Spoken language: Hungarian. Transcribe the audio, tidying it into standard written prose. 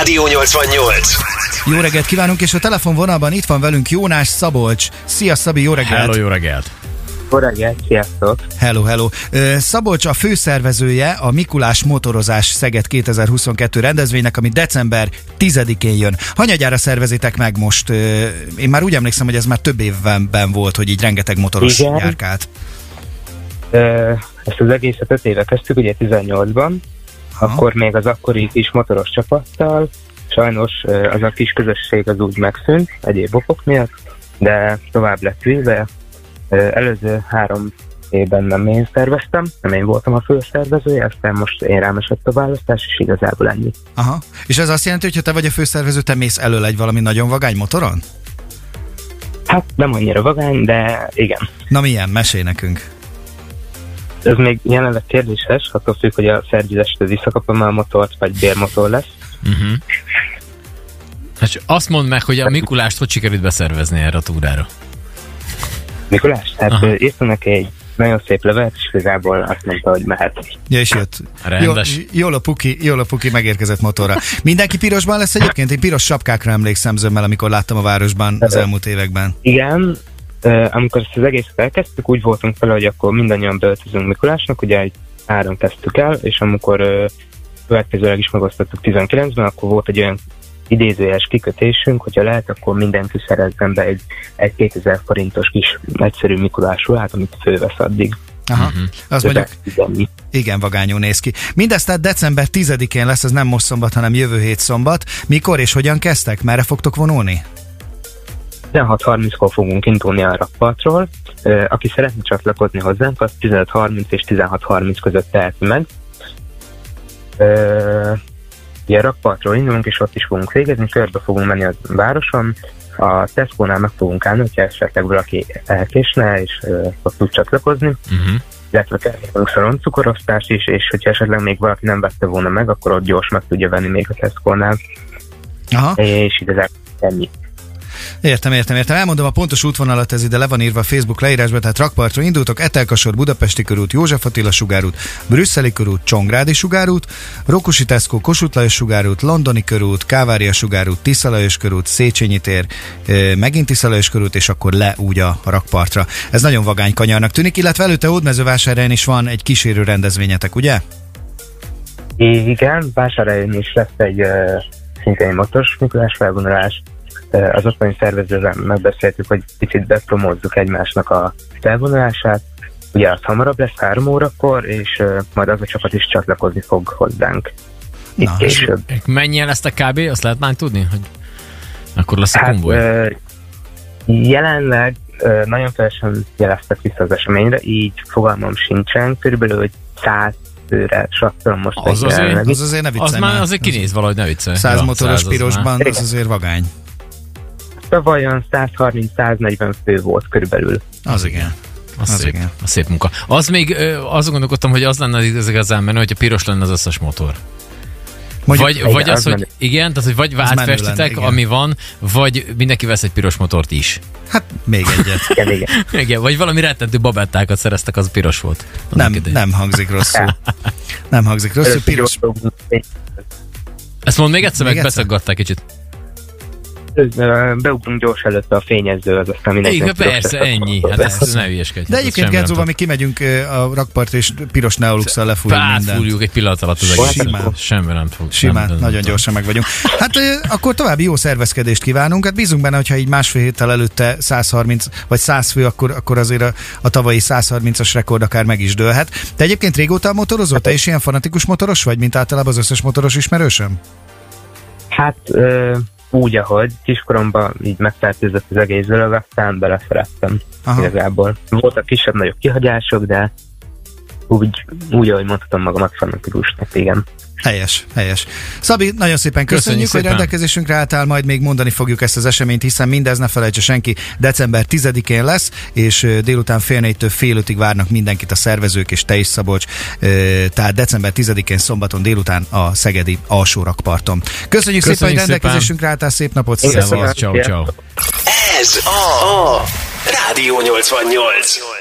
Rádió 88. Jó reggelt kívánunk, és a telefonvonalban itt van velünk Jónás Szabolcs. Szia Szabi, jó reggelt! Hello, jó reggelt! Jó reggelt, sziasztok! Hello. Szabolcs a főszervezője a Mikulás Motorozás Szeged 2022 rendezvénynek, ami december 10-én jön. Hanyadjára szervezitek meg most? Én már úgy emlékszem, hogy ez már több évben volt, hogy így rengeteg motoros járkált. Ezt az egészet 5 éve kezdtük, ugye 18-ban, akkor még az akkori kis motoros csapattal. Sajnos az a kis közösség az úgy megszűnt, egyéb okok miatt, de tovább lett vízbe. Előző 3 évben nem én szerveztem, nem én voltam a főszervezője, aztán most én rám esett a választás, és igazából ennyi. Aha. És ez azt jelenti, hogy ha te vagy a főszervező, te mész elől egy valami nagyon vagány motoron? Hát nem annyira vagány, de igen. Na milyen? Mesélj nekünk. Ez még jelenleg kérdéses, attól függ, hogy a szervizestől visszakapom a motort, vagy bérmotor lesz. Uh-huh. Hát azt mondd meg, hogy a Mikulást hogy sikerült beszervezni erre a túrára? Mikulás? Hát írtam neki egy nagyon szép levelet, és igazából azt mondta, hogy mehet. Ja, és jött. Rendes. Jól a puki megérkezett motorra. Mindenki pirosban lesz egyébként? Én piros sapkákra emlékszem zömmel, amikor láttam a városban az elmúlt években. Igen, amikor ezt az egészet elkezdtük, úgy voltunk fel, hogy akkor mindannyian beöltözünk Mikulásnak, ugye egy 3 kezdtük el, és amikor következőleg is megosztottuk 19-ben, akkor volt egy olyan idézőjeles kikötésünk, hogyha lehet, akkor mindenki szerezzen be egy 2000 forintos kis egyszerű Mikulás ruhát, amit fölvesz addig. Aha, az mondjuk igen vagányú néz ki. Mindez tehát december 10-én lesz, ez nem most szombat, hanem jövő hét szombat. Mikor és hogyan kezdtek? Merre fogtok vonulni? 16:30-kor fogunk indulni a rakpartról. Aki szeretne csatlakozni hozzánk, az 15:30 és 16:30 között teheti meg. A rakpartról indulunk, és ott is fogunk végezni, körbe fogunk menni a városon. A Tesco-nál meg fogunk állni, hogyha esetleg valaki elkésne, és ott tud csatlakozni. Illetve kell szaloncukorosztást is, és hogyha esetleg még valaki nem vette volna meg, akkor ott gyors meg tudja venni még a Tesco-nál. Aha. És igazából ennyi. Értem. Elmondom a pontos útvonalat, ez ide le van írva a Facebook leírásba, tehát rakpartra indultok, Etelkasor, Budapesti körút, József Attila sugárút, Brüsszeli körút, Csongrádi sugárút, Rókusi Tesco, Kossuth Lajos sugárút, Londoni körút, Kávária sugárút, Tisza Lajos körút, Széchenyi tér, megint Tisza Lajos körút, és akkor le úgy a rakpartra. Ez nagyon vagány kanyarnak tűnik, illetve előtte Hódmezővásárhelyen is van egy kísérő rendezvényetek, ugye? Igen, Vásárhelyen is lesz egy szintén motoros Mikulás felvonulás. Az ottani szervezővel megbeszéltük, hogy picit bepromózzuk egymásnak a felvonulását. Ugye az hamarabb lesz 3 órakor, és majd az a csapat is csatlakozni fog hozzánk. Itt később. Mennyien lesztek kb? Azt lehet már tudni, hogy akkor lesz a konvoj? Jelenleg nagyon felesen jeleztek vissza az eseményre, így fogalmam sincsen, körülbelül hogy 100 főre satszolom most. Az azért ne viccelj. Az már azért kinéz valahogy, ne viccelj. 100 motoros pirosban, az azért vagány. Tavaly olyan 130-140 fő volt körülbelül. Az igen. A szép munka. Az még azt gondolkodtam, hogy az lenne igazán menő, hogyha piros lenne az összes motor. Vagy az, hogy igen, tehát hogy vagy váltfestitek, ami van, vagy mindenki vesz egy piros motort is. Hát még egyet. Igen, vagy valami rettentő babettákat szereztek, az piros volt. Nem hangzik rosszul. Piros. Ezt mondd még egyszer, meg beszaggatták kicsit. Beugrunk gyors előtte a fényező, az aztán mindenki. Igen, persze, ennyi. Hát ez ne hülyeskedj. De egyébként Genzóval mi kimegyünk a rakpart, és piros Neoluxal lefújjuk mindent. Átfúrjuk egy pillanat alatt az egész. Semmi nem fog. Simán, nagyon gyorsan meg vagyunk. Hát akkor további jó szervezkedést kívánunk. Hát bízunk benne, hogyha így másfél héttel előtte 130 vagy 100 fő, akkor azért a tavalyi 130-as rekord akár meg is dőlhet. Te egyébként régóta motorozol? Te is ilyen fanatikus motoros vagy, mint általában az összes motoros ismerősöm? Hát úgy, ahogy kiskoromban így megfertőzött az egész dolog, aztán beleszerettem igazából. Voltak kisebb-nagyobb kihagyások, de úgy ahogy mondhatom magamat fanatikusnak, igen. Helyes. Szabi, nagyon szépen köszönjük, hogy rendelkezésünkre álltál, majd még mondani fogjuk ezt az eseményt, hiszen mindez, ne felejtse senki, december 10-én lesz, és délután 4:30-től 5:30 várnak mindenkit a szervezők, és te is, Szabolcs, tehát december 10-én szombaton délután a szegedi alsó rakparton. Köszönjük szépen, hogy rendelkezésünkre álltál, szép napot, sziasztok! Ciao. Ez a Rádió 88.